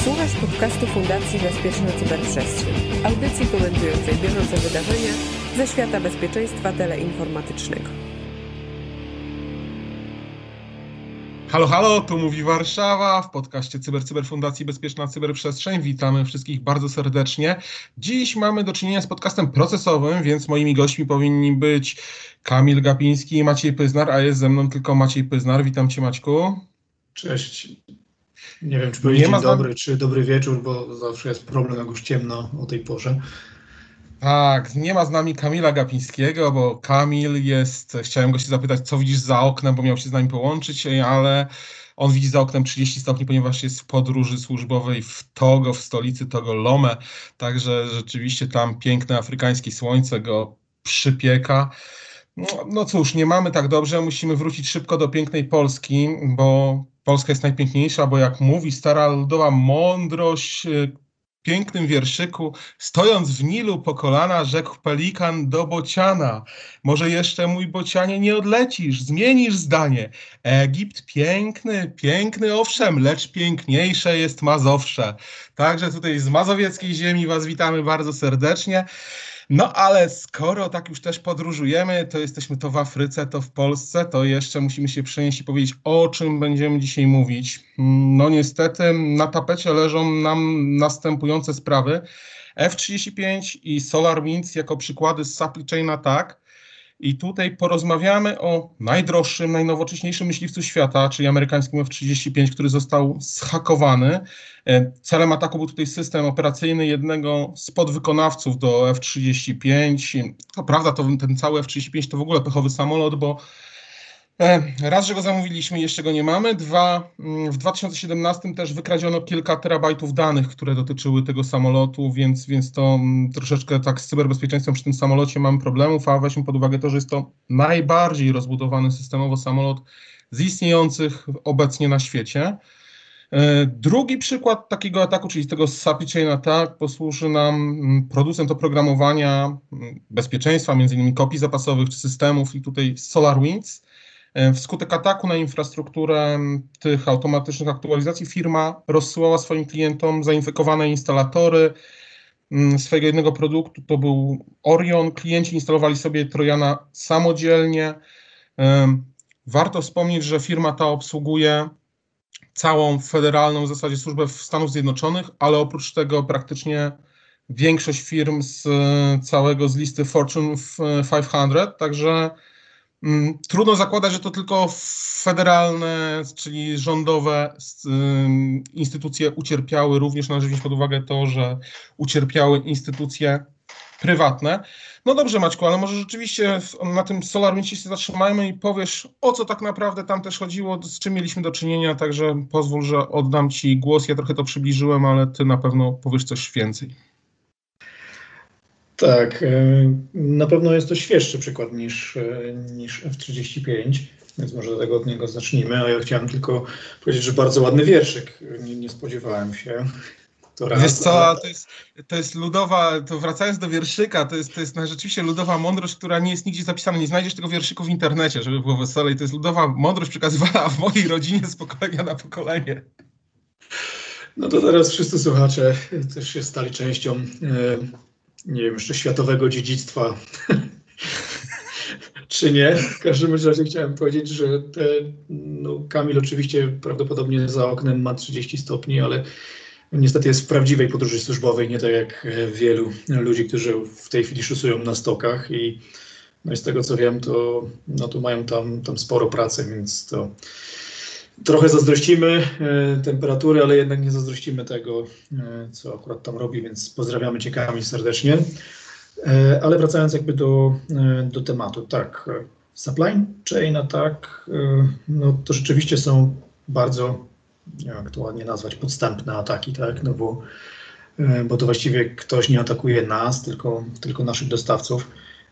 Słuchasz podcastu Fundacji Bezpieczna Cyberprzestrzeń, audycji komentującej bieżące wydarzenia ze świata bezpieczeństwa teleinformatycznego. Halo, halo, tu mówi Warszawa w podcaście Cyber Fundacji Bezpieczna Cyberprzestrzeń. Witamy wszystkich bardzo serdecznie. Dziś mamy do czynienia z podcastem procesowym, więc moimi gośćmi powinni być Kamil Gapiński i Maciej Pyznar, a jest ze mną tylko Maciej Pyznar. Witam Cię, Maćku. Cześć. Nie wiem, czy powiedzieć dzień dobry, czy dobry wieczór, bo zawsze jest problem, jak już ciemno o tej porze. Tak, nie ma z nami Kamila Gapińskiego, bo Kamil jest, chciałem go się zapytać, co widzisz za oknem, bo miał się z nami połączyć, ale on widzi za oknem 30 stopni, ponieważ jest w podróży służbowej w Togo, w stolicy Togo Lome, także rzeczywiście tam piękne afrykańskie słońce go przypieka. No cóż, nie mamy tak dobrze, musimy wrócić szybko do pięknej Polski, bo Polska jest najpiękniejsza, bo jak mówi stara ludowa mądrość, w pięknym wierszyku, stojąc w Nilu po kolana, rzekł pelikan do bociana. Może jeszcze, mój bocianie, nie odlecisz, zmienisz zdanie. Egipt piękny, piękny owszem, lecz piękniejsze jest Mazowsze. Także tutaj z mazowieckiej ziemi was witamy bardzo serdecznie. No ale skoro tak już też podróżujemy, to jesteśmy to w Afryce, to w Polsce, to jeszcze musimy się przenieść i powiedzieć, o czym będziemy dzisiaj mówić. No niestety na tapecie leżą nam następujące sprawy. F-35 i SolarWinds jako przykłady z supply chain attack. I tutaj porozmawiamy o najdroższym, najnowocześniejszym myśliwcu świata, czyli amerykańskim F-35, który został zhakowany. Celem ataku był tutaj system operacyjny jednego z podwykonawców do F-35. To prawda, ten cały F-35 to w ogóle pechowy samolot, bo raz, że go zamówiliśmy, jeszcze go nie mamy. Dwa, w 2017 też wykradziono kilka terabajtów danych, które dotyczyły tego samolotu, więc to troszeczkę tak z cyberbezpieczeństwem przy tym samolocie mamy problemów, a weźmy pod uwagę to, że jest to najbardziej rozbudowany systemowo samolot z istniejących obecnie na świecie. Drugi przykład takiego ataku, czyli tego supply chain attack, posłuży nam producent oprogramowania bezpieczeństwa, m.in. kopii zapasowych czy systemów i tutaj SolarWinds. Wskutek ataku na infrastrukturę tych automatycznych aktualizacji firma rozsyłała swoim klientom zainfekowane instalatory swojego jednego produktu, to był Orion. Klienci instalowali sobie Trojana samodzielnie. Warto wspomnieć, że firma ta obsługuje całą federalną w zasadzie służbę w Stanach Zjednoczonych, ale oprócz tego praktycznie większość firm z listy Fortune 500, także trudno zakładać, że to tylko federalne, czyli rządowe instytucje ucierpiały. Również należy wziąć pod uwagę to, że ucierpiały instytucje prywatne. No dobrze, Maćku, ale może rzeczywiście na tym SolarWindsie się zatrzymajmy i powiesz, o co tak naprawdę tam też chodziło, z czym mieliśmy do czynienia, także pozwól, że oddam Ci głos. Ja trochę to przybliżyłem, ale Ty na pewno powiesz coś więcej. Tak, na pewno jest to świeższy przykład niż F-35, więc może od niego zacznijmy, a ja chciałem tylko powiedzieć, że bardzo ładny wierszyk, nie spodziewałem się. Wiesz co, to jest ludowa, to wracając do wierszyka, to jest rzeczywiście ludowa mądrość, która nie jest nigdzie zapisana, nie znajdziesz tego wierszyku w internecie, żeby było weselej, to jest ludowa mądrość przekazywana w mojej rodzinie z pokolenia na pokolenie. No to teraz wszyscy słuchacze też się stali częścią nie wiem, jeszcze światowego dziedzictwa, czy nie. W każdym razie chciałem powiedzieć, że Kamil oczywiście prawdopodobnie za oknem ma 30 stopni, ale niestety jest w prawdziwej podróży służbowej, nie tak jak wielu ludzi, którzy w tej chwili szusują na stokach i z tego co wiem, to mają tam sporo pracy, więc to trochę zazdrościmy temperatury, ale jednak nie zazdrościmy tego, co akurat tam robi, więc pozdrawiamy Cię, Kamil, serdecznie. Ale wracając jakby do tematu, tak, supply chain attack, no to rzeczywiście są bardzo, nie wiem jak to ładnie nazwać, podstępne ataki, tak, no bo to właściwie ktoś nie atakuje nas, tylko naszych dostawców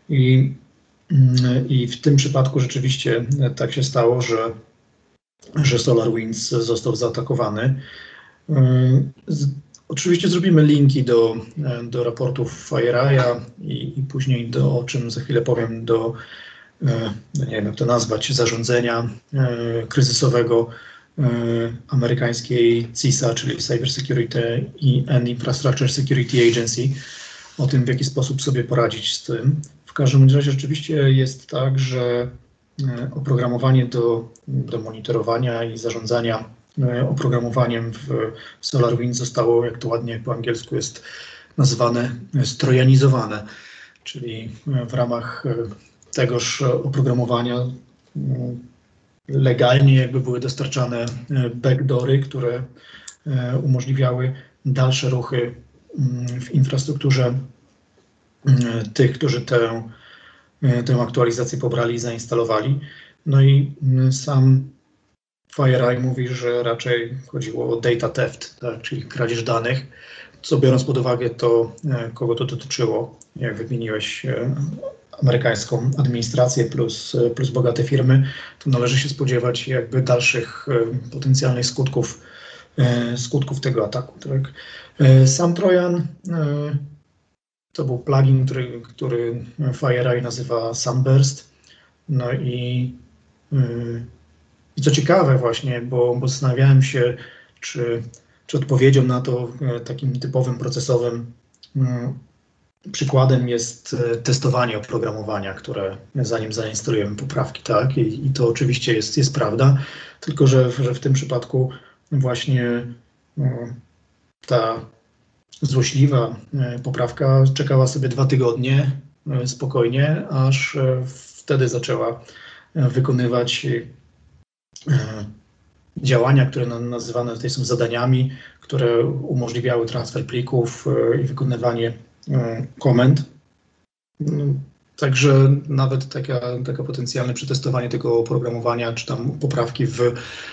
i w tym przypadku rzeczywiście tak się stało, że SolarWinds został zaatakowany. Oczywiście zrobimy linki do raportów FireEye'a i później o czym za chwilę powiem, nie wiem jak to nazwać, zarządzania kryzysowego amerykańskiej CISA, czyli Cyber Security and Infrastructure Security Agency, o tym, w jaki sposób sobie poradzić z tym. W każdym razie rzeczywiście jest tak, że oprogramowanie do monitorowania i zarządzania oprogramowaniem w SolarWinds zostało, jak to ładnie po angielsku jest nazywane, strojanizowane, czyli w ramach tegoż oprogramowania legalnie jakby były dostarczane backdoory, które umożliwiały dalsze ruchy w infrastrukturze tych, którzy tę aktualizację pobrali i zainstalowali. No i sam FireEye mówi, że raczej chodziło o data theft, tak, czyli kradzież danych, co biorąc pod uwagę to, kogo to dotyczyło, jak wymieniłeś amerykańską administrację plus bogate firmy, to należy się spodziewać jakby dalszych potencjalnych skutków tego ataku. Tak? Sam Trojan to był plugin, który FireEye nazywa Sunburst. No i co ciekawe właśnie, bo zastanawiałem się, czy odpowiedzią na to takim typowym procesowym przykładem jest testowanie oprogramowania, które zanim zainstalujemy poprawki, tak? I to oczywiście jest prawda, tylko że w tym przypadku właśnie ta złośliwa poprawka czekała sobie 2 tygodnie spokojnie, aż wtedy zaczęła wykonywać działania, które nazywane tutaj są zadaniami, które umożliwiały transfer plików i wykonywanie komend. Także nawet taka potencjalne przetestowanie tego oprogramowania, czy tam poprawki w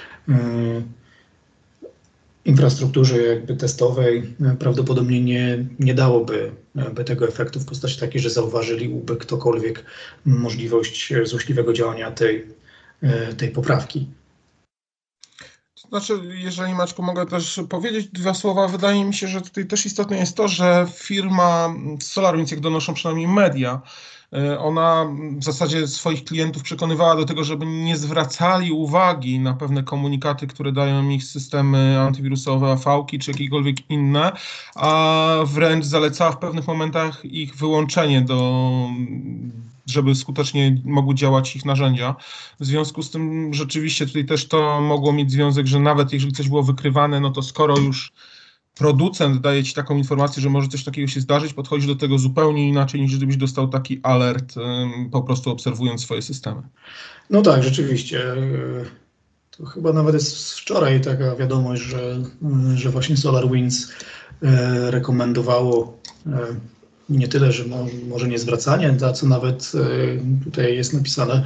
infrastrukturze jakby testowej prawdopodobnie nie dałoby tego efektu w postaci takiej, że zauważyliby ktokolwiek możliwość złośliwego działania tej poprawki. Znaczy, jeżeli Maćku mogę też powiedzieć 2 słowa, wydaje mi się, że tutaj też istotne jest to, że firma SolarWinds, jak donoszą przynajmniej media, ona w zasadzie swoich klientów przekonywała do tego, żeby nie zwracali uwagi na pewne komunikaty, które dają ich systemy antywirusowe, AV-ki czy jakiekolwiek inne, a wręcz zalecała w pewnych momentach ich wyłączenie żeby skutecznie mogły działać ich narzędzia. W związku z tym rzeczywiście tutaj też to mogło mieć związek, że nawet jeżeli coś było wykrywane, no to skoro już producent daje ci taką informację, że może coś takiego się zdarzyć, podchodzisz do tego zupełnie inaczej, niż gdybyś dostał taki alert, po prostu obserwując swoje systemy. No tak, rzeczywiście. To chyba nawet jest wczoraj taka wiadomość, że właśnie SolarWinds rekomendowało nie tyle, że może nie zwracanie, a co nawet tutaj jest napisane,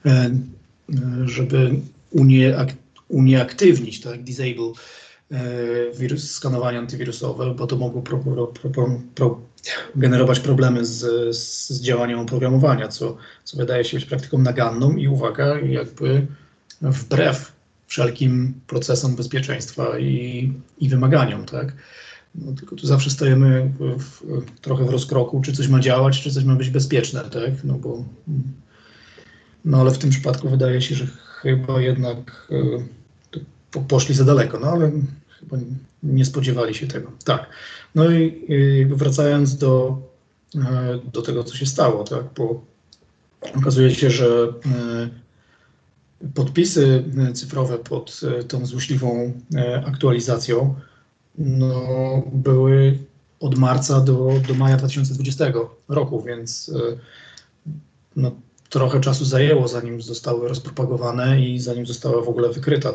żeby unieaktywnić, tak, disable skanowanie antywirusowe, bo to mogło generować problemy z działaniem oprogramowania, co wydaje się być praktyką naganną i uwaga, jakby wbrew wszelkim procesom bezpieczeństwa i wymaganiom, tak? No, tylko tu zawsze stajemy trochę w rozkroku, czy coś ma działać, czy coś ma być bezpieczne, tak? Ale w tym przypadku wydaje się, że chyba jednak poszli za daleko, no ale chyba nie spodziewali się tego. Tak. No i wracając do tego, co się stało, tak? Bo okazuje się, że podpisy cyfrowe pod tą złośliwą aktualizacją były od marca do maja 2020 roku, więc trochę czasu zajęło, zanim zostały rozpropagowane i zanim została w ogóle wykryta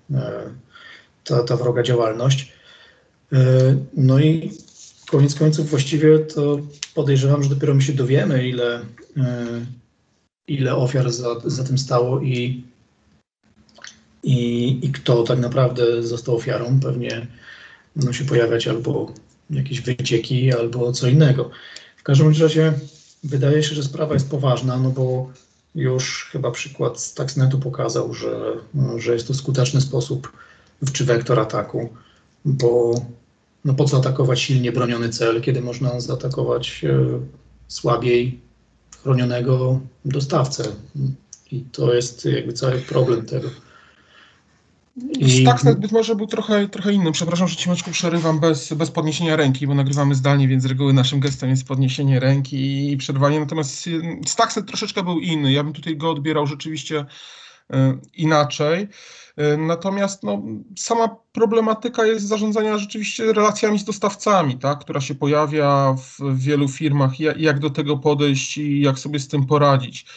ta wroga działalność. No i koniec końców właściwie to podejrzewam, że dopiero my się dowiemy, ile ofiar za tym stało i kto tak naprawdę został ofiarą. Pewnie będą się pojawiać albo jakieś wycieki, albo co innego. W każdym razie wydaje się, że sprawa jest poważna, no bo już chyba przykład z Stuxnetu pokazał, że jest to skuteczny sposób czy wektor ataku, bo po co atakować silnie broniony cel, kiedy można zaatakować słabiej chronionego dostawcę. I to jest jakby cały problem tego. Stuxnet być może był trochę inny. Przepraszam, że ci, Maćku, przerywam bez podniesienia ręki, bo nagrywamy zdalnie, więc z reguły naszym gestem jest podniesienie ręki i przerwanie. Natomiast Stuxnet troszeczkę był inny. Ja bym tutaj go odbierał rzeczywiście inaczej. Natomiast sama problematyka jest zarządzania rzeczywiście relacjami z dostawcami, tak, która się pojawia w wielu firmach. Jak do tego podejść i jak sobie z tym poradzić.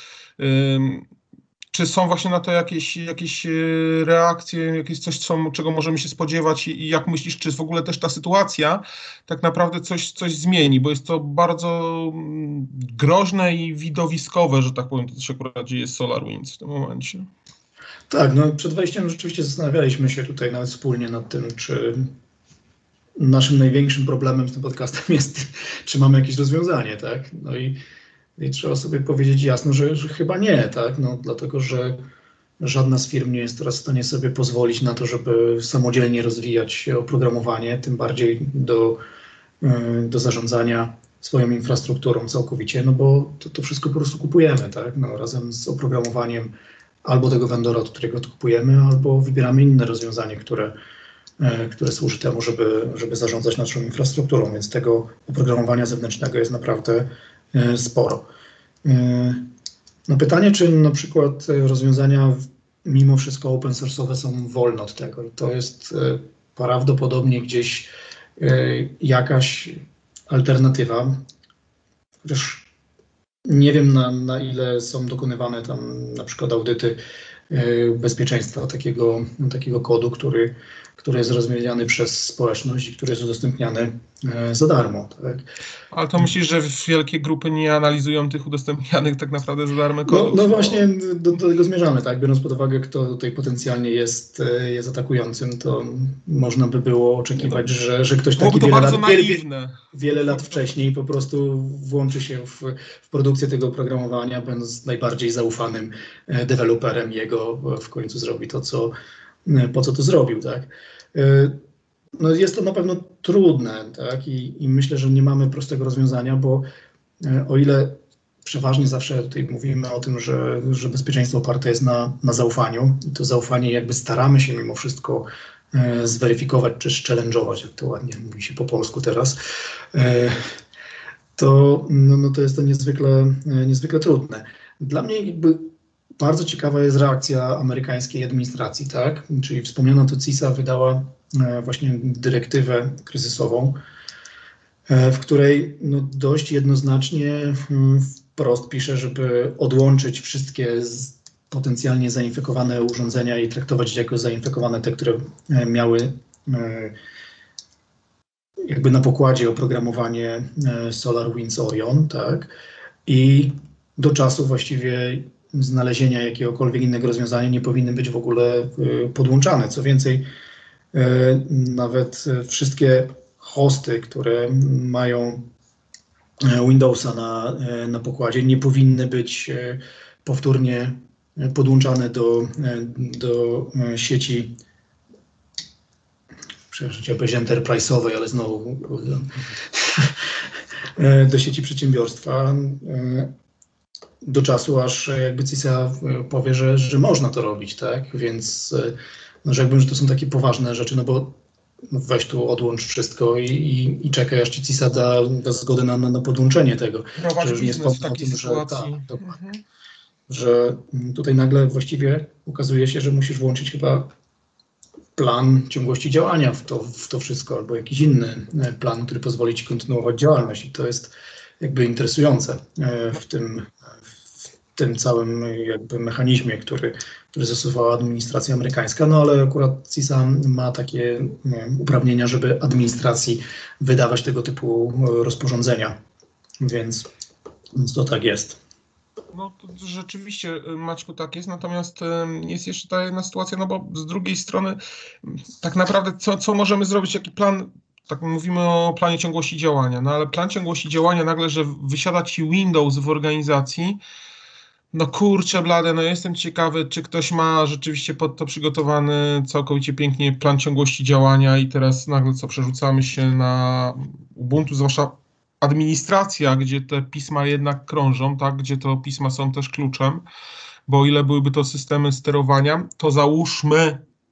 Czy są właśnie na to jakieś reakcje, jakieś coś, czego możemy się spodziewać i jak myślisz, czy w ogóle też ta sytuacja tak naprawdę coś zmieni, bo jest to bardzo groźne i widowiskowe, że tak powiem, to co się akurat dzieje z SolarWinds w tym momencie. Tak, przed wejściem rzeczywiście zastanawialiśmy się tutaj nawet wspólnie nad tym, czy naszym największym problemem z tym podcastem jest, czy mamy jakieś rozwiązanie, tak? I trzeba sobie powiedzieć jasno, że chyba nie, tak? Dlatego, że żadna z firm nie jest teraz w stanie sobie pozwolić na to, żeby samodzielnie rozwijać oprogramowanie, tym bardziej do zarządzania swoją infrastrukturą całkowicie, bo to wszystko po prostu kupujemy, tak? Razem z oprogramowaniem albo tego vendora, od którego to kupujemy, albo wybieramy inne rozwiązanie, które służy temu, żeby zarządzać naszą infrastrukturą, więc tego oprogramowania zewnętrznego jest naprawdę sporo. Pytanie, czy na przykład rozwiązania mimo wszystko open source'owe są wolne od tego i to jest prawdopodobnie gdzieś jakaś alternatywa, chociaż nie wiem na ile są dokonywane tam na przykład audyty bezpieczeństwa takiego kodu, który jest rozwijany przez społeczność i który jest udostępniany za darmo. Tak? Ale to myślisz, że wielkie grupy nie analizują tych udostępnianych tak naprawdę za darmo kodów? Właśnie do tego zmierzamy, tak? Biorąc pod uwagę, kto tutaj potencjalnie jest atakującym, to można by było oczekiwać, że ktoś taki wiele lat wcześniej po prostu włączy się w produkcję tego oprogramowania, będąc najbardziej zaufanym deweloperem jego, w końcu zrobi to, po co to zrobił, tak? Jest to na pewno trudne, tak? I myślę, że nie mamy prostego rozwiązania, bo o ile przeważnie zawsze tutaj mówimy o tym, że bezpieczeństwo oparte jest na zaufaniu i to zaufanie jakby staramy się mimo wszystko zweryfikować czy challenge'ować, jak to ładnie mówi się po polsku teraz, to jest to niezwykle trudne. Dla mnie jakby bardzo ciekawa jest reakcja amerykańskiej administracji, tak? Czyli wspomniana tu CISA wydała właśnie dyrektywę kryzysową, w której dość jednoznacznie wprost pisze, żeby odłączyć wszystkie potencjalnie zainfekowane urządzenia i traktować jako zainfekowane te, które miały jakby na pokładzie oprogramowanie SolarWinds Orion, tak? I do czasu właściwie znalezienia jakiegokolwiek innego rozwiązania nie powinny być w ogóle podłączane. Co więcej, nawet wszystkie hosty, które mają Windowsa na pokładzie, nie powinny być powtórnie podłączane do sieci, przepraszam, chciałem powiedzieć enterprise'owej, ale znowu do sieci przedsiębiorstwa, do czasu, aż jakby CISA powie, że można to robić, tak? Więc rzekłbym, że to są takie poważne rzeczy, bo weź tu odłącz wszystko i czekaj, aż ci CISA da zgodę na podłączenie tego. Prowadzi biznes w takiej sytuacji. Że tutaj nagle właściwie okazuje się, że musisz włączyć chyba plan ciągłości działania w to wszystko, albo jakiś inny plan, który pozwoli ci kontynuować działalność i to jest jakby interesujące w tym całym jakby mechanizmie, który zastosowała administracja amerykańska, ale akurat CISA ma takie uprawnienia, żeby administracji wydawać tego typu rozporządzenia, więc to tak jest. To rzeczywiście, Maćku, tak jest, natomiast jest jeszcze ta jedna sytuacja, bo z drugiej strony tak naprawdę co możemy zrobić, jaki plan, tak mówimy o planie ciągłości działania, ale plan ciągłości działania nagle, że wysiada ci Windows w organizacji, kurczę blade, jestem ciekawy, czy ktoś ma rzeczywiście pod to przygotowany całkowicie pięknie plan ciągłości działania i teraz nagle przerzucamy się na Ubuntu, zwłaszcza administracja, gdzie te pisma jednak krążą, tak, gdzie to pisma są też kluczem, bo o ile byłyby to systemy sterowania, to załóżmy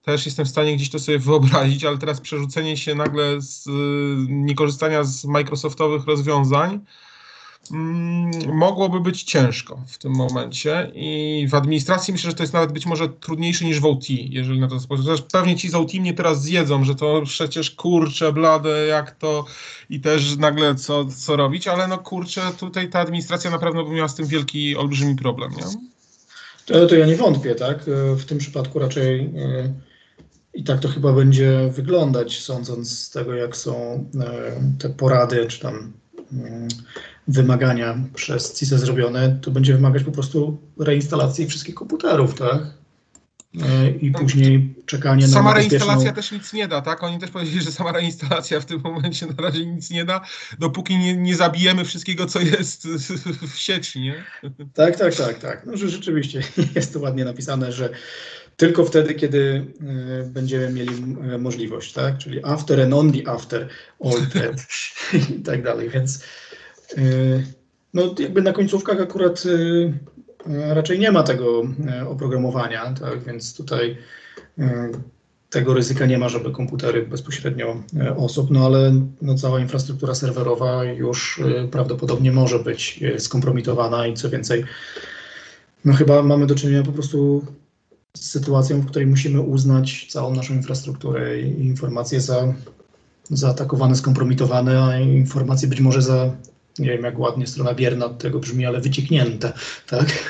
też jestem w stanie gdzieś to sobie wyobrazić, ale teraz przerzucenie się nagle z niekorzystania z Microsoftowych rozwiązań mogłoby być ciężko w tym momencie i w administracji myślę, że to jest nawet być może trudniejsze niż w OT, jeżeli na to spojrzeć. Pewnie ci z OT mnie teraz zjedzą, że to przecież kurczę blade, jak to i też nagle co robić, ale no kurczę, tutaj ta administracja naprawdę by miała z tym wielki, olbrzymi problem, nie? To ja nie wątpię, tak? W tym przypadku raczej i tak to chyba będzie wyglądać, sądząc z tego, jak są te porady, czy tam wymagania przez CISA zrobione, to będzie wymagać po prostu reinstalacji wszystkich komputerów, tak? I później czekanie na sama bezpieczną... reinstalacja też nic nie da, tak? Oni też powiedzieli, że sama reinstalacja w tym momencie na razie nic nie da, dopóki nie zabijemy wszystkiego, co jest w sieci, nie? Tak. No, że rzeczywiście jest to ładnie napisane, że tylko wtedy, kiedy będziemy mieli możliwość, tak? Czyli after and only after all that i tak dalej, więc no jakby na końcówkach akurat raczej nie ma tego oprogramowania, tak? Więc tutaj tego ryzyka nie ma, żeby komputery bezpośrednio osób, no ale no, cała infrastruktura serwerowa już prawdopodobnie może być skompromitowana i co więcej, no chyba mamy do czynienia po prostu z sytuacją, w której musimy uznać całą naszą infrastrukturę i informacje za zaatakowane, skompromitowane, a informacje być może za, nie wiem jak ładnie strona bierna od tego brzmi, ale wycieknięte, tak?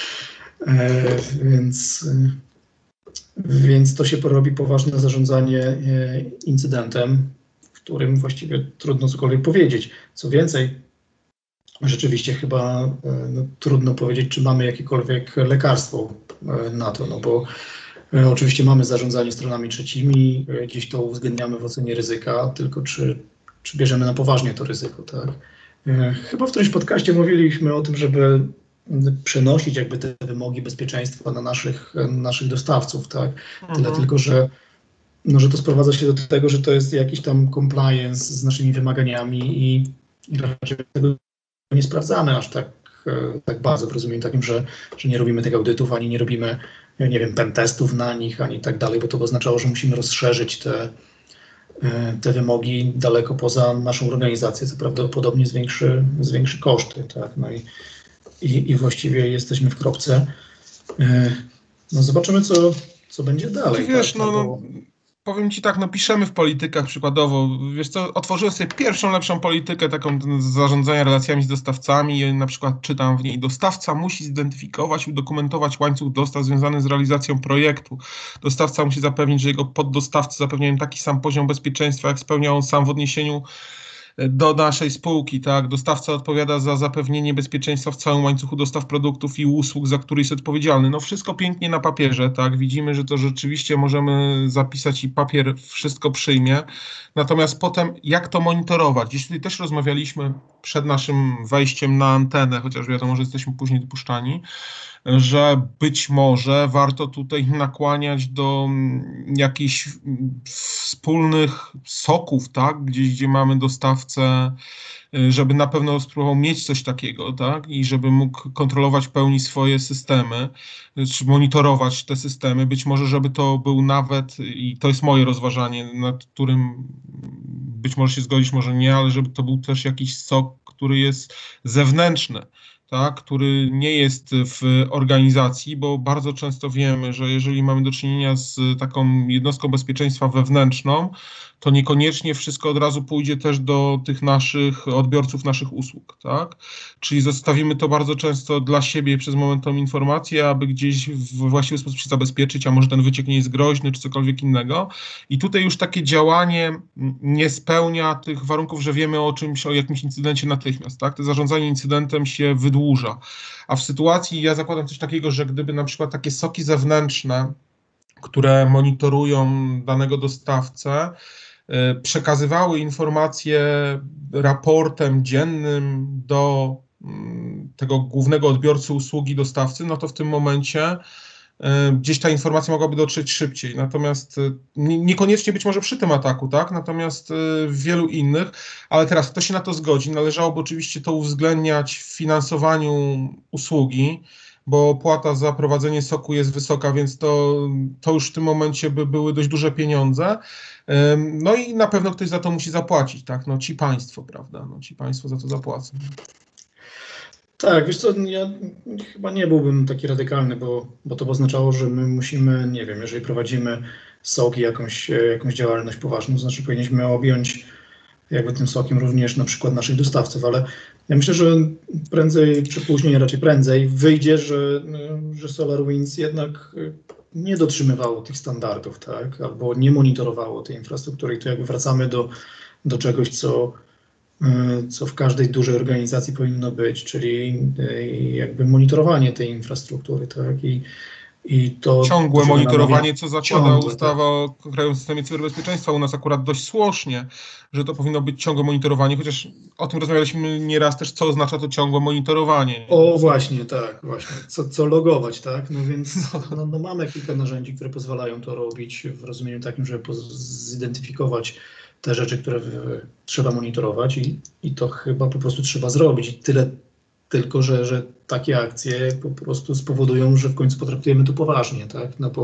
Więc to się porobi poważne zarządzanie incydentem, w którym właściwie trudno cokolwiek powiedzieć. Co więcej, rzeczywiście chyba trudno powiedzieć, czy mamy jakiekolwiek lekarstwo na to, no bo oczywiście mamy zarządzanie stronami trzecimi, gdzieś to uwzględniamy w ocenie ryzyka, tylko czy bierzemy na poważnie to ryzyko, tak? Chyba w którymś podcaście mówiliśmy o tym, żeby przenosić jakby te wymogi bezpieczeństwa na naszych dostawców, tak? Tyle tylko, że to sprowadza się do tego, że to jest jakiś tam compliance z naszymi wymaganiami i raczej tego nie sprawdzamy aż tak bardzo w rozumieniu takim, że nie robimy tych audytów, ani nie robimy, nie wiem, pentestów na nich, ani tak dalej, bo to by oznaczało, że musimy rozszerzyć te wymogi daleko poza naszą organizację, co prawdopodobnie zwiększy koszty, tak? No i właściwie jesteśmy w kropce. No zobaczymy, co będzie dalej. Wiesz, tak? Powiem ci tak, piszemy w politykach przykładowo, wiesz co, otworzyłem sobie pierwszą lepszą politykę taką zarządzania relacjami z dostawcami i na przykład czytam w niej: dostawca musi zidentyfikować i udokumentować łańcuch dostaw związany z realizacją projektu. Dostawca musi zapewnić, że jego poddostawcy zapewniają taki sam poziom bezpieczeństwa, jak spełnia on sam w odniesieniu do naszej spółki, tak? Dostawca odpowiada za zapewnienie bezpieczeństwa w całym łańcuchu dostaw produktów i usług, za który jest odpowiedzialny. No wszystko pięknie na papierze, tak? Widzimy, że to rzeczywiście możemy zapisać i papier wszystko przyjmie. Natomiast potem jak to monitorować? Gdzieś tutaj też rozmawialiśmy przed naszym wejściem na antenę, chociaż wiadomo, że jesteśmy później dopuszczani, że być może warto tutaj nakłaniać do jakichś wspólnych soków, tak? Gdzie mamy dostawcę, żeby na pewno spróbował mieć coś takiego, tak? I żeby mógł kontrolować w pełni swoje systemy, czy monitorować te systemy. Być może, żeby to był nawet, i to jest moje rozważanie, nad którym być może się zgodzić, może nie, ale żeby to był też jakiś sok, który jest zewnętrzny, tak, który nie jest w organizacji, bo bardzo często wiemy, że jeżeli mamy do czynienia z taką jednostką bezpieczeństwa wewnętrzną, to niekoniecznie wszystko od razu pójdzie też do tych naszych odbiorców naszych usług, tak? Czyli zostawimy to bardzo często dla siebie przez moment tą informację, aby gdzieś w właściwy sposób się zabezpieczyć, a może ten wyciek nie jest groźny, czy cokolwiek innego. I tutaj już takie działanie nie spełnia tych warunków, że wiemy o jakimś incydencie natychmiast, tak? To zarządzanie incydentem się wydłuża. A w sytuacji, ja zakładam coś takiego, że gdyby na przykład takie soki zewnętrzne, które monitorują danego dostawcę, przekazywały informacje raportem dziennym do tego głównego odbiorcy usługi dostawcy, no to w tym momencie gdzieś ta informacja mogłaby dotrzeć szybciej. Natomiast niekoniecznie być może przy tym ataku, tak? Natomiast w wielu innych, ale teraz kto się na to zgodzi? Należałoby oczywiście to uwzględniać w finansowaniu usługi, bo płata za prowadzenie SOK-u jest wysoka, więc to już w tym momencie by były dość duże pieniądze. No i na pewno ktoś za to musi zapłacić, tak? No ci państwo, prawda? No ci państwo za to zapłacą. Tak, wiesz co, ja chyba nie byłbym taki radykalny, bo to by oznaczało, że my musimy, nie wiem, jeżeli prowadzimy SOK i jakąś działalność poważną, to znaczy powinniśmy objąć jakby tym SOK-iem również na przykład naszych dostawców, ale ja myślę, że prędzej czy później, raczej prędzej wyjdzie, że SolarWinds jednak nie dotrzymywało tych standardów, tak, albo nie monitorowało tej infrastruktury i tu jakby wracamy do czegoś, co w każdej dużej organizacji powinno być, czyli jakby monitorowanie tej infrastruktury, tak, i to ciągłe monitorowanie, co zakłada ustawa o Krajowym Systemie Cyberbezpieczeństwa. U nas akurat dość słusznie, że to powinno być ciągłe monitorowanie, chociaż o tym rozmawialiśmy nieraz też, co oznacza to ciągłe monitorowanie. O właśnie, tak, właśnie. Co logować, tak? No więc no mamy kilka narzędzi, które pozwalają to robić w rozumieniu takim, żeby zidentyfikować te rzeczy, które trzeba monitorować i to chyba po prostu trzeba zrobić. Tyle tylko, że takie akcje po prostu spowodują, że w końcu potraktujemy to poważnie, tak? No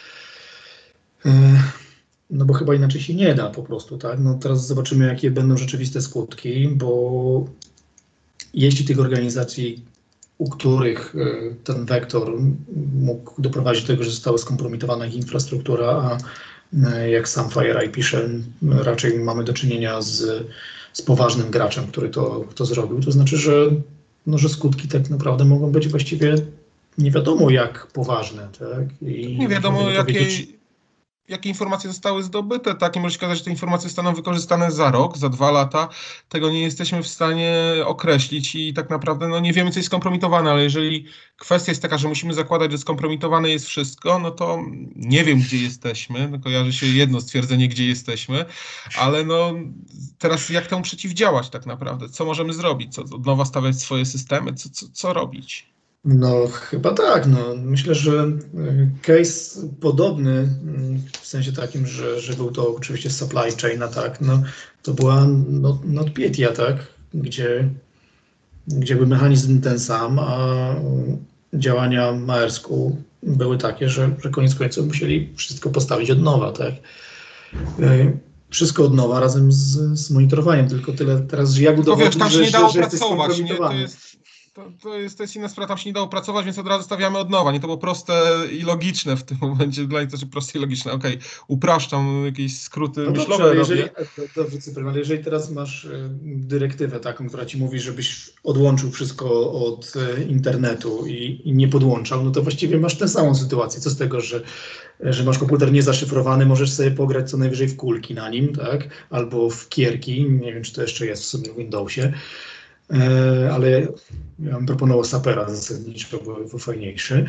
bo chyba inaczej się nie da po prostu, tak? No teraz zobaczymy, jakie będą rzeczywiste skutki, bo jeśli tych organizacji, u których ten wektor mógł doprowadzić do tego, że została skompromitowana ich infrastruktura, a jak sam FireEye pisze, raczej mamy do czynienia z poważnym graczem, który to zrobił, to znaczy, że skutki tak naprawdę mogą być właściwie nie wiadomo jak poważne. Tak? I nie wiadomo jakie informacje zostały zdobyte, tak? I może się okazać, że te informacje zostaną wykorzystane za rok, za 2 lata. Tego nie jesteśmy w stanie określić i tak naprawdę no, nie wiemy, co jest skompromitowane, ale jeżeli kwestia jest taka, że musimy zakładać, że skompromitowane jest wszystko, no to nie wiem, gdzie jesteśmy. No, kojarzy się jedno stwierdzenie, gdzie jesteśmy, ale no teraz jak temu przeciwdziałać tak naprawdę? Co możemy zrobić? Co, od nowa stawiać swoje systemy? Co robić? No chyba tak. No. Myślę, że case podobny w sensie takim, że był to oczywiście supply chain attack, no, to była NotPetya, tak? Gdzie był mechanizm ten sam, a działania Maersku były takie, że koniec końców musieli wszystko postawić od nowa, tak? Wszystko od nowa razem z monitorowaniem, tylko tyle teraz, że jak udowodnić, tam się nie dało pracować, nie? To jest inna sprawa, tam się nie dało pracować, więc od razu stawiamy od nowa. Nie, to było proste i logiczne w tym momencie, dla nich to jest proste i logiczne. Okej, upraszczam, jakieś skróty myślowe robię. Ale jeżeli teraz masz dyrektywę taką, która ci mówi, żebyś odłączył wszystko od internetu i nie podłączał, no to właściwie masz tę samą sytuację. Co z tego, że masz komputer niezaszyfrowany, możesz sobie pograć co najwyżej w kulki na nim, tak? Albo w kierki, nie wiem, czy to jeszcze jest w sumie w Windowsie. Ale ja bym proponował Sapera zasadniczo, bo fajniejszy.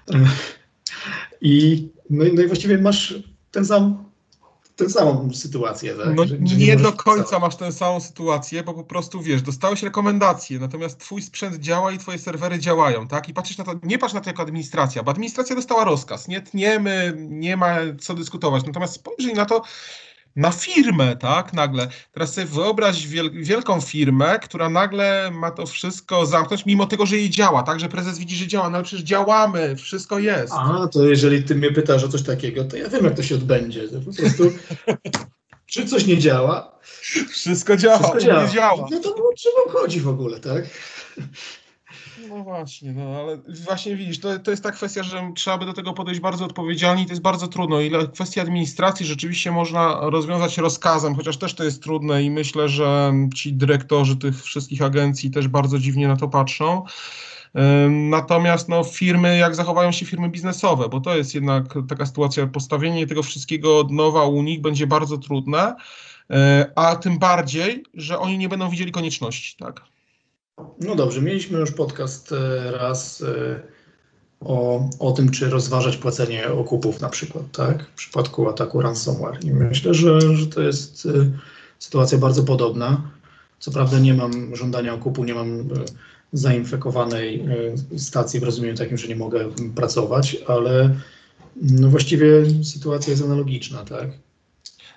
I właściwie masz tę samą sytuację. Tak? No, nie do końca masz tę samą sytuację, bo po prostu wiesz, dostałeś rekomendacje, natomiast twój sprzęt działa i twoje serwery działają, tak? I patrzysz na to, nie patrz na to jako administracja, bo administracja dostała rozkaz, nie tniemy, nie ma co dyskutować, natomiast spojrzyj na to, na firmę, tak, nagle. Teraz sobie wyobraź wielką firmę, która nagle ma to wszystko zamknąć, mimo tego, że jej działa, tak, że prezes widzi, że działa, no ale przecież działamy, wszystko jest. A, to jeżeli ty mnie pytasz o coś takiego, to ja wiem, jak to się odbędzie. To po prostu, czy coś nie działa? Wszystko działa. Nie działa. No to o czym obchodzi w ogóle, tak? No właśnie, no ale właśnie widzisz, to jest ta kwestia, że trzeba by do tego podejść bardzo odpowiedzialnie i to jest bardzo trudno. Ile kwestii administracji rzeczywiście można rozwiązać rozkazem, chociaż też to jest trudne i myślę, że ci dyrektorzy tych wszystkich agencji też bardzo dziwnie na to patrzą. Natomiast no, firmy, jak zachowają się firmy biznesowe, bo to jest jednak taka sytuacja, postawienie tego wszystkiego od nowa u nich będzie bardzo trudne, a tym bardziej, że oni nie będą widzieli konieczności, tak? No dobrze, mieliśmy już podcast raz o tym, czy rozważać płacenie okupów na przykład, tak? W przypadku ataku ransomware. I myślę, że to jest sytuacja bardzo podobna. Co prawda nie mam żądania okupu, nie mam zainfekowanej stacji w rozumieniu takim, że nie mogę pracować, ale no właściwie sytuacja jest analogiczna, tak?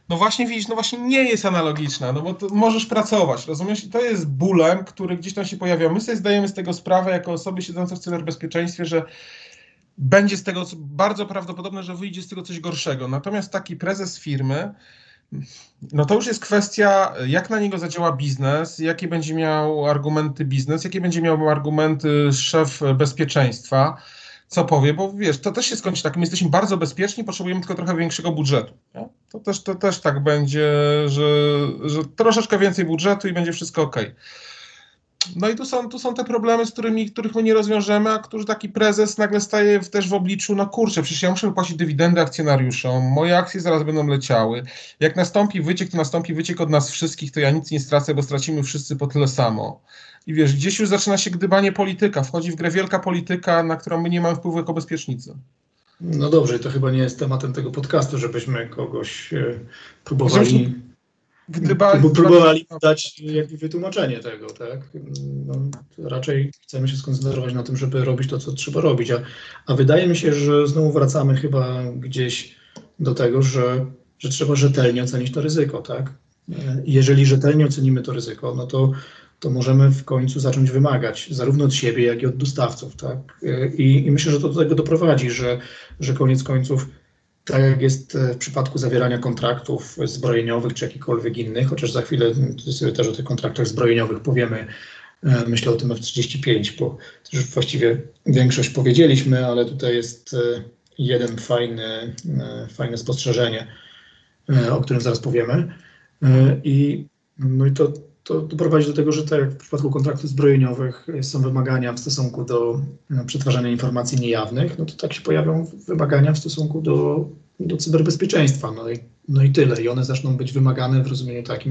No właśnie widzisz, no właśnie nie jest analogiczna, no bo to możesz pracować, rozumiesz? I to jest bólem, który gdzieś tam się pojawia. My sobie zdajemy z tego sprawę jako osoby siedzące w cyberbezpieczeństwie, że będzie z tego bardzo prawdopodobne, że wyjdzie z tego coś gorszego. Natomiast taki prezes firmy, no to już jest kwestia, jak na niego zadziała biznes, jakie będzie miał argumenty biznes, jakie będzie miał argumenty szef bezpieczeństwa, co powie, bo wiesz, to też się skończy tak, my jesteśmy bardzo bezpieczni, potrzebujemy tylko trochę większego budżetu. Nie? To też tak będzie, że troszeczkę więcej budżetu i będzie wszystko ok. No i tu są te problemy, których my nie rozwiążemy, a którzy taki prezes nagle staje też w obliczu, no kurczę, przecież ja muszę wypłacić dywidendy akcjonariuszom, moje akcje zaraz będą leciały. Jak nastąpi wyciek, to nastąpi wyciek od nas wszystkich, to ja nic nie stracę, bo stracimy wszyscy po tyle samo. I wiesz, gdzieś już zaczyna się gdybanie polityka, wchodzi w grę wielka polityka, na którą my nie mamy wpływu jako bezpiecznicy. No dobrze, to chyba nie jest tematem tego podcastu, żebyśmy kogoś próbowali dać jakby wytłumaczenie tego, tak? No, raczej chcemy się skoncentrować na tym, żeby robić to, co trzeba robić, a wydaje mi się, że znowu wracamy chyba gdzieś do tego, że trzeba rzetelnie ocenić to ryzyko, tak? Jeżeli rzetelnie ocenimy to ryzyko, no to możemy w końcu zacząć wymagać zarówno od siebie, jak i od dostawców, tak? I myślę, że to do tego doprowadzi, że koniec końców, tak jak jest w przypadku zawierania kontraktów zbrojeniowych czy jakichkolwiek innych, chociaż za chwilę sobie też o tych kontraktach zbrojeniowych powiemy, myślę o tym F-35, bo też właściwie większość powiedzieliśmy, ale tutaj jest jeden fajne spostrzeżenie, o którym zaraz powiemy. No i to prowadzi do tego, że tak jak w przypadku kontraktów zbrojeniowych są wymagania w stosunku do przetwarzania informacji niejawnych, no to tak się pojawią wymagania w stosunku do cyberbezpieczeństwa. No i tyle. I one zaczną być wymagane w rozumieniu takim,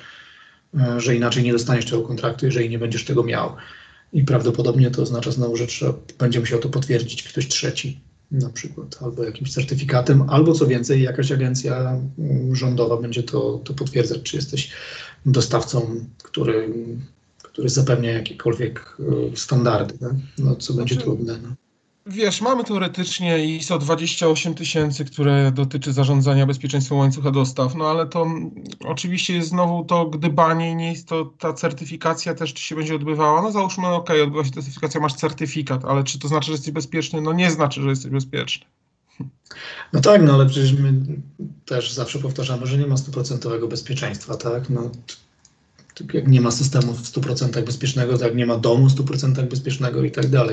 że inaczej nie dostaniesz tego kontraktu, jeżeli nie będziesz tego miał. I prawdopodobnie to oznacza znowu, że będzie musiał to potwierdzić ktoś trzeci na przykład, albo jakimś certyfikatem, albo co więcej, jakaś agencja rządowa będzie to potwierdzać, czy jesteś dostawcą, który zapewnia jakiekolwiek standardy, tak? No, co będzie trudne. No. Wiesz, mamy teoretycznie ISO 28000, które dotyczy zarządzania bezpieczeństwem łańcucha dostaw, no ale to oczywiście jest znowu to gdybanie, nie jest to ta certyfikacja też, czy się będzie odbywała. No załóżmy, okej, odbywa się certyfikacja, masz certyfikat, ale czy to znaczy, że jesteś bezpieczny? No nie znaczy, że jesteś bezpieczny. No tak, no ale przecież my też zawsze powtarzamy, że nie ma 100% bezpieczeństwa, tak? No, jak nie ma systemu w 100% bezpiecznego, tak nie ma domu w 100% bezpiecznego i tak dalej.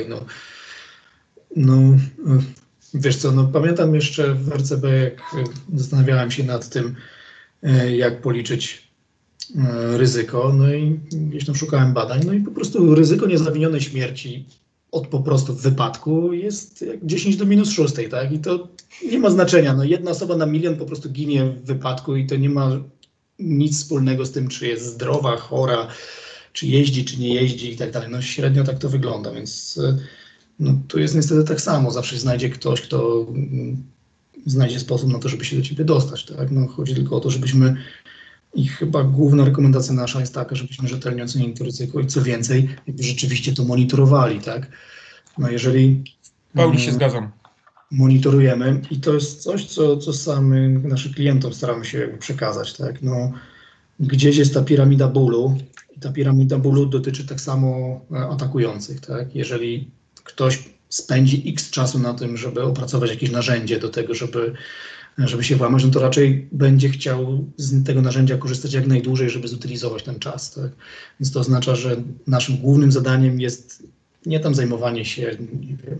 No, wiesz co, no pamiętam jeszcze w RCB, jak zastanawiałem się nad tym, jak policzyć ryzyko, no i gdzieś tam szukałem badań, no i po prostu ryzyko niezawinionej śmierci od po prostu wypadku jest jak 10 do -6, tak? I to nie ma znaczenia, no jedna osoba na milion po prostu ginie w wypadku i to nie ma nic wspólnego z tym, czy jest zdrowa, chora, czy jeździ, czy nie jeździ i tak dalej. No średnio tak to wygląda, więc no, tu jest niestety tak samo. Zawsze znajdzie ktoś, kto znajdzie sposób na to, żeby się do ciebie dostać, tak? No chodzi tylko o to, żebyśmy i chyba główna rekomendacja nasza jest taka, żebyśmy rzetelnie ocenili to ryzyko i co więcej, jakby rzeczywiście to monitorowali, tak? No jeżeli W pełni się zgadzam. Monitorujemy i to jest coś, co samym naszym klientom staramy się jakby przekazać, tak? No, gdzieś jest ta piramida bólu i ta piramida bólu dotyczy tak samo atakujących, tak? Jeżeli ktoś spędzi x czasu na tym, żeby opracować jakieś narzędzie do tego, żeby się włamać, no to raczej będzie chciał z tego narzędzia korzystać jak najdłużej, żeby zutylizować ten czas, tak? Więc to oznacza, że naszym głównym zadaniem jest nie tam zajmowanie się, nie wiem,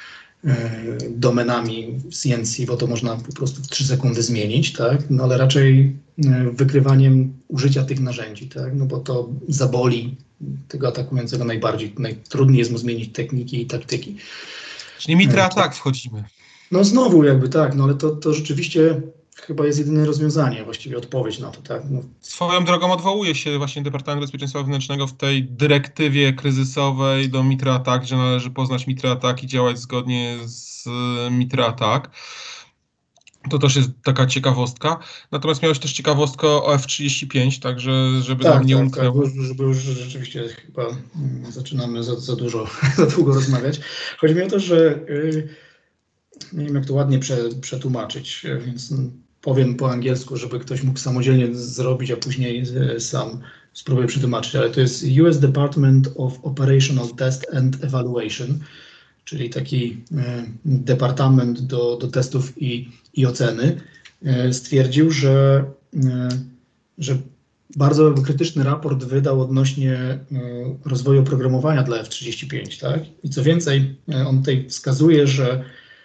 domenami CNC, bo to można po prostu w 3 sekundy zmienić, tak? No ale raczej wykrywaniem użycia tych narzędzi, tak? No bo to zaboli tego atakującego najbardziej. Najtrudniej jest mu zmienić techniki i taktyki. Czyli Mitra Attack wchodzimy. No znowu jakby tak, no ale to rzeczywiście chyba jest jedyne rozwiązanie, właściwie odpowiedź na to, tak? No. Swoją drogą odwołuje się właśnie Departament Bezpieczeństwa Wewnętrznego w tej dyrektywie kryzysowej do Mitra Attack, że należy poznać Mitra Attack i działać zgodnie z Mitra Attack. To też jest taka ciekawostka. Natomiast miałeś też ciekawostkę o F-35, także żeby nam nie umknęło. Tak, żeby już rzeczywiście chyba zaczynamy za długo rozmawiać. Chodzi mi o to, że nie wiem jak to ładnie przetłumaczyć, więc powiem po angielsku, żeby ktoś mógł samodzielnie zrobić, a później sam spróbuję przetłumaczyć, ale to jest US Department of Operational Test and Evaluation, czyli taki departament do testów i oceny, stwierdził, że bardzo krytyczny raport wydał odnośnie rozwoju oprogramowania dla F-35, tak? I co więcej, on tutaj wskazuje, że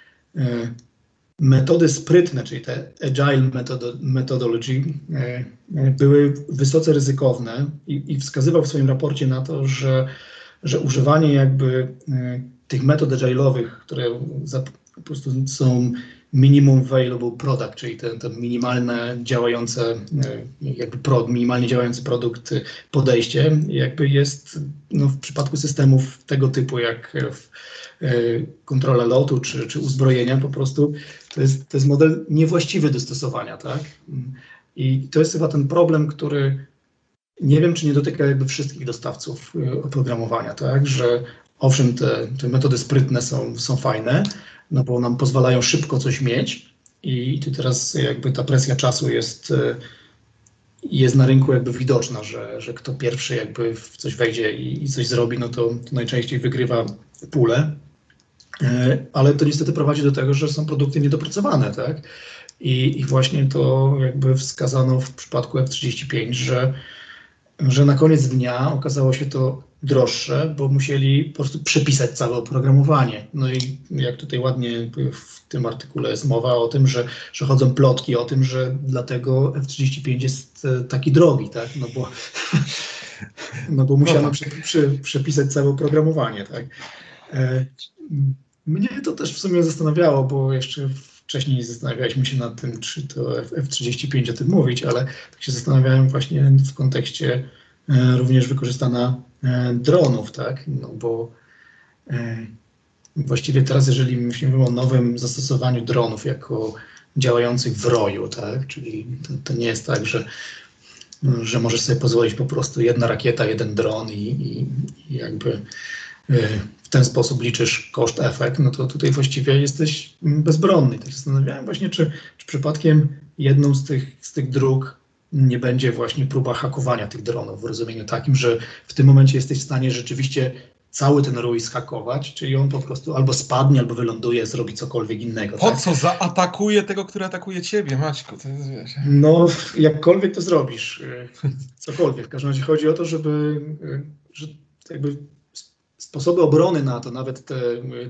metody sprytne, czyli te agile methodology, były wysoce ryzykowne i wskazywał w swoim raporcie na to, że używanie jakby tych metod agile'owych, które po prostu są minimum available product, czyli te minimalne działające, minimalnie działający produkt, podejście, jakby jest w przypadku systemów tego typu jak kontrola lotu czy uzbrojenia, po prostu to jest model niewłaściwy do stosowania, tak? I to jest chyba ten problem, który nie wiem, czy nie dotyka jakby wszystkich dostawców oprogramowania, tak? Że owszem, te metody sprytne są fajne, no bo nam pozwalają szybko coś mieć i tu teraz jakby ta presja czasu jest na rynku jakby widoczna, że kto pierwszy jakby w coś wejdzie i coś zrobi, no to najczęściej wygrywa pulę, ale to niestety prowadzi do tego, że są produkty niedopracowane, tak? I właśnie to jakby wskazano w przypadku F-35, że na koniec dnia okazało się to droższe, bo musieli po prostu przepisać całe oprogramowanie. No i jak tutaj ładnie w tym artykule jest mowa o tym, że chodzą plotki o tym, że dlatego F-35 jest taki drogi, tak? No bo musiano przepisać całe oprogramowanie, tak? Mnie to też w sumie zastanawiało, bo jeszcze wcześniej zastanawialiśmy się nad tym, czy to F-35 o tym mówić, ale tak się zastanawiałem właśnie w kontekście również wykorzystania dronów, tak? No bo właściwie teraz, jeżeli myślimy o nowym zastosowaniu dronów jako działających w roju, tak? Czyli to nie jest tak, że możesz sobie pozwolić po prostu jedna rakieta, jeden dron i jakby w ten sposób liczysz koszt-efekt, no to tutaj właściwie jesteś bezbronny. Tak się zastanawiałem właśnie, czy przypadkiem jedną z tych dróg nie będzie właśnie próba hakowania tych dronów w rozumieniu takim, że w tym momencie jesteś w stanie rzeczywiście cały ten rój zhakować, czyli on po prostu albo spadnie, albo wyląduje, zrobi cokolwiek innego. Po tak? co zaatakuje tego, który atakuje ciebie, Maćku? To jest, wiesz. No, jakkolwiek to zrobisz, cokolwiek. W każdym razie chodzi o to, że jakby sposoby obrony na to, nawet te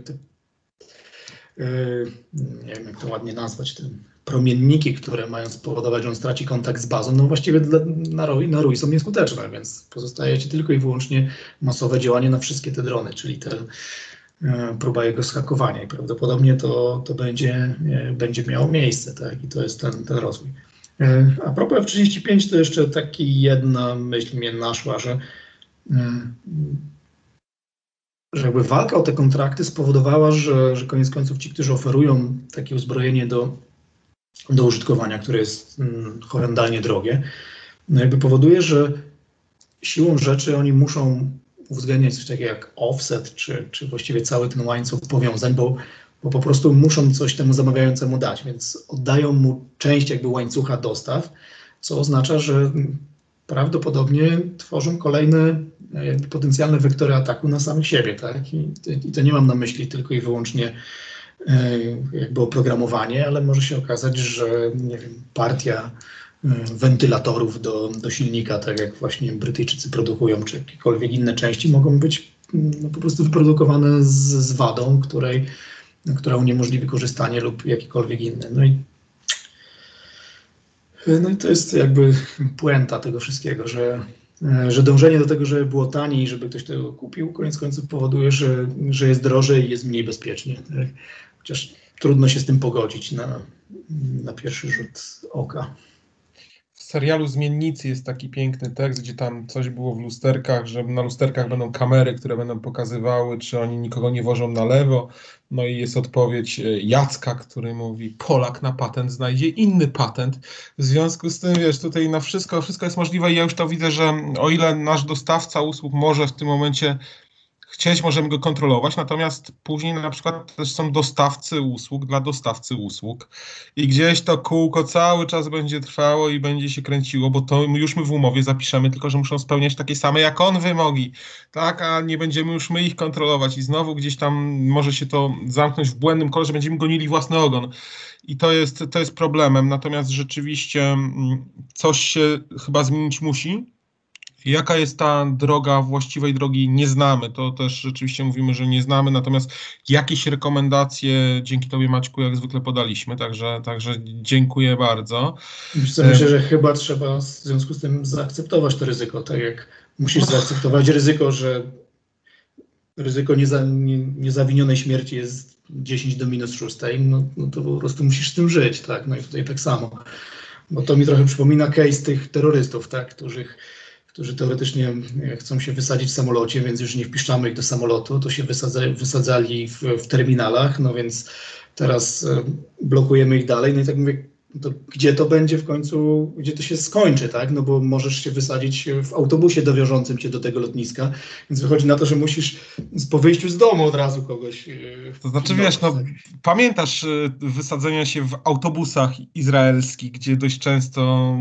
nie wiem, jak to ładnie nazwać, te promienniki, które mają spowodować, że on straci kontakt z bazą, no właściwie na rój są nieskuteczne, więc pozostaje ci tylko i wyłącznie masowe działanie na wszystkie te drony, czyli próba jego zhakowania i prawdopodobnie to będzie miało miejsce, tak? I to jest ten rozwój. A propos F-35, to jeszcze jedna myśl mnie naszła, że jakby walka o te kontrakty spowodowała, że koniec końców ci, którzy oferują takie uzbrojenie do użytkowania, które jest horrendalnie drogie, no jakby powoduje, że siłą rzeczy oni muszą uwzględniać coś takiego jak offset, czy właściwie cały ten łańcuch powiązań, bo po prostu muszą coś temu zamawiającemu dać, więc oddają mu część jakby łańcucha dostaw, co oznacza, że prawdopodobnie tworzą kolejne potencjalne wektory ataku na samych siebie, tak? I to nie mam na myśli tylko i wyłącznie jakby oprogramowanie, ale może się okazać, że nie wiem, partia wentylatorów do silnika, tak jak właśnie Brytyjczycy produkują, czy jakiekolwiek inne części, mogą być po prostu wyprodukowane z wadą, która uniemożliwi korzystanie lub jakikolwiek inny. No i to jest jakby puenta tego wszystkiego, że dążenie do tego, żeby było taniej, żeby ktoś to kupił, koniec końców powoduje, że jest drożej i jest mniej bezpiecznie. Tak? Chociaż trudno się z tym pogodzić na pierwszy rzut oka. W serialu Zmiennicy jest taki piękny tekst, gdzie tam coś było w lusterkach, że na lusterkach będą kamery, które będą pokazywały, czy oni nikogo nie wożą na lewo. No i jest odpowiedź Jacka, który mówi: Polak na patent znajdzie inny patent. W związku z tym, wiesz, tutaj na wszystko jest możliwe i ja już to widzę, że o ile nasz dostawca usług może w tym momencie chcieć, możemy go kontrolować, natomiast później na przykład też są dostawcy usług dla dostawcy usług i gdzieś to kółko cały czas będzie trwało i będzie się kręciło, bo to już my w umowie zapiszemy, tylko że muszą spełniać takie same jak on wymogi, tak, a nie będziemy już my ich kontrolować i znowu gdzieś tam może się to zamknąć w błędnym kole, że będziemy gonili własny ogon. I to jest problemem, natomiast rzeczywiście coś się chyba zmienić musi. Jaka jest ta droga, właściwej drogi nie znamy, to też rzeczywiście mówimy, że nie znamy, natomiast jakieś rekomendacje dzięki Tobie, Maćku, jak zwykle podaliśmy, także dziękuję bardzo. Myślę, że chyba trzeba w związku z tym zaakceptować to ryzyko, tak jak musisz zaakceptować ryzyko, że ryzyko niezawinionej śmierci jest 10 do -6, no to po prostu musisz z tym żyć, tak, no i tutaj tak samo, bo to mi trochę przypomina case tych terrorystów, tak, którzy teoretycznie chcą się wysadzić w samolocie, więc już nie wpiszczamy ich do samolotu, to się wysadzali w terminalach, no więc teraz blokujemy ich dalej, no i tak mówię, to gdzie to będzie w końcu, gdzie to się skończy, tak, no bo możesz się wysadzić w autobusie dowiążącym cię do tego lotniska, więc wychodzi na to, że musisz po wyjściu z domu od razu kogoś... To znaczy, wiesz, no, pamiętasz wysadzenia się w autobusach izraelskich, gdzie dość często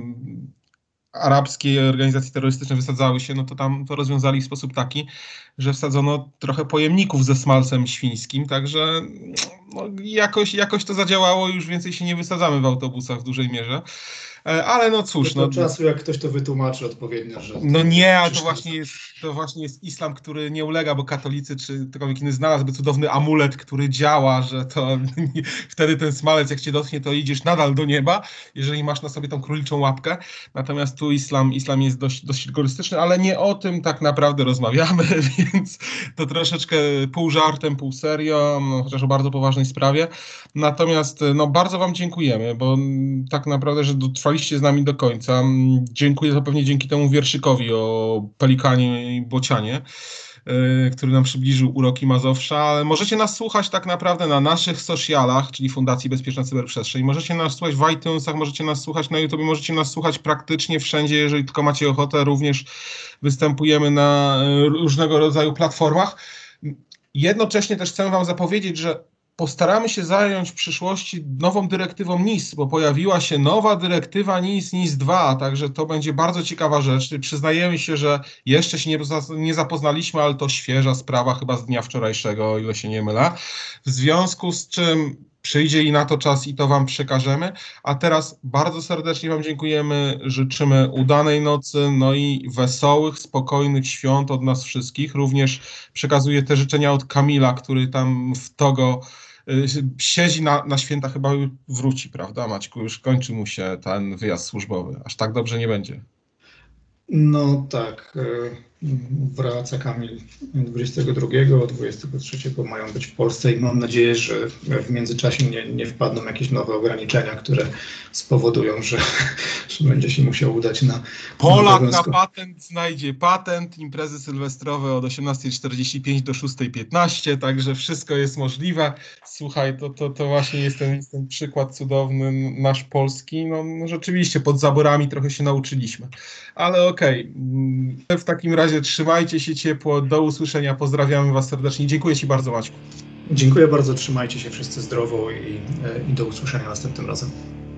arabskie organizacje terrorystyczne wysadzały się, no to tam to rozwiązali w sposób taki, że wsadzono trochę pojemników ze smalcem świńskim, także no, jakoś to zadziałało, już więcej się nie wysadzamy w autobusach w dużej mierze. Ale no cóż. Do czasu, jak ktoś to wytłumaczy odpowiednio, że... No nie, ale to właśnie jest islam, który nie ulega, bo katolicy czy ktokolwiek inny znalazłby cudowny amulet, który działa, że to wtedy ten smalec, jak cię dotknie, to idziesz nadal do nieba, jeżeli masz na sobie tą króliczą łapkę. Natomiast tu islam jest dość rygorystyczny, ale nie o tym tak naprawdę rozmawiamy, więc to troszeczkę pół żartem, pół serio, no, chociaż o bardzo poważnej sprawie. Natomiast no, bardzo Wam dziękujemy, bo tak naprawdę, że dotrwaliście z nami do końca. Dziękuję to pewnie dzięki temu wierszykowi o pelikanie i bocianie, który nam przybliżył uroki Mazowsza, ale możecie nas słuchać tak naprawdę na naszych socialach, czyli Fundacji Bezpieczna Cyberprzestrzeń. Możecie nas słuchać w iTunesach, możecie nas słuchać na YouTube, możecie nas słuchać praktycznie wszędzie, jeżeli tylko macie ochotę. Również występujemy na różnego rodzaju platformach. Jednocześnie też chcę Wam zapowiedzieć, że postaramy się zająć w przyszłości nową dyrektywą NIS, bo pojawiła się nowa dyrektywa NIS 2, także to będzie bardzo ciekawa rzecz. Przyznajemy się, że jeszcze się nie zapoznaliśmy, ale to świeża sprawa chyba z dnia wczorajszego, o ile się nie mylę. W związku z czym przyjdzie i na to czas i to Wam przekażemy. A teraz bardzo serdecznie Wam dziękujemy, życzymy udanej nocy, no i wesołych, spokojnych świąt od nas wszystkich. Również przekazuję te życzenia od Kamila, który tam w Togo siedzi na święta, chyba wróci, prawda, Maćku? Już kończy mu się ten wyjazd służbowy. Aż tak dobrze nie będzie. No tak, wraca Kamil 22, 23 mają być w Polsce i mam nadzieję, że w międzyczasie nie wpadną jakieś nowe ograniczenia, które spowodują, że będzie się musiał udać na... Polak na patent znajdzie patent, imprezy sylwestrowe od 18:45 do 6:15, także wszystko jest możliwe. Słuchaj, to właśnie jest ten przykład cudowny, nasz polski. No rzeczywiście pod zaborami trochę się nauczyliśmy, ale okej. W takim razie trzymajcie się ciepło, do usłyszenia, pozdrawiamy Was serdecznie. Dziękuję Ci bardzo, Maćku. Dziękuję bardzo, trzymajcie się wszyscy zdrowo i do usłyszenia następnym razem.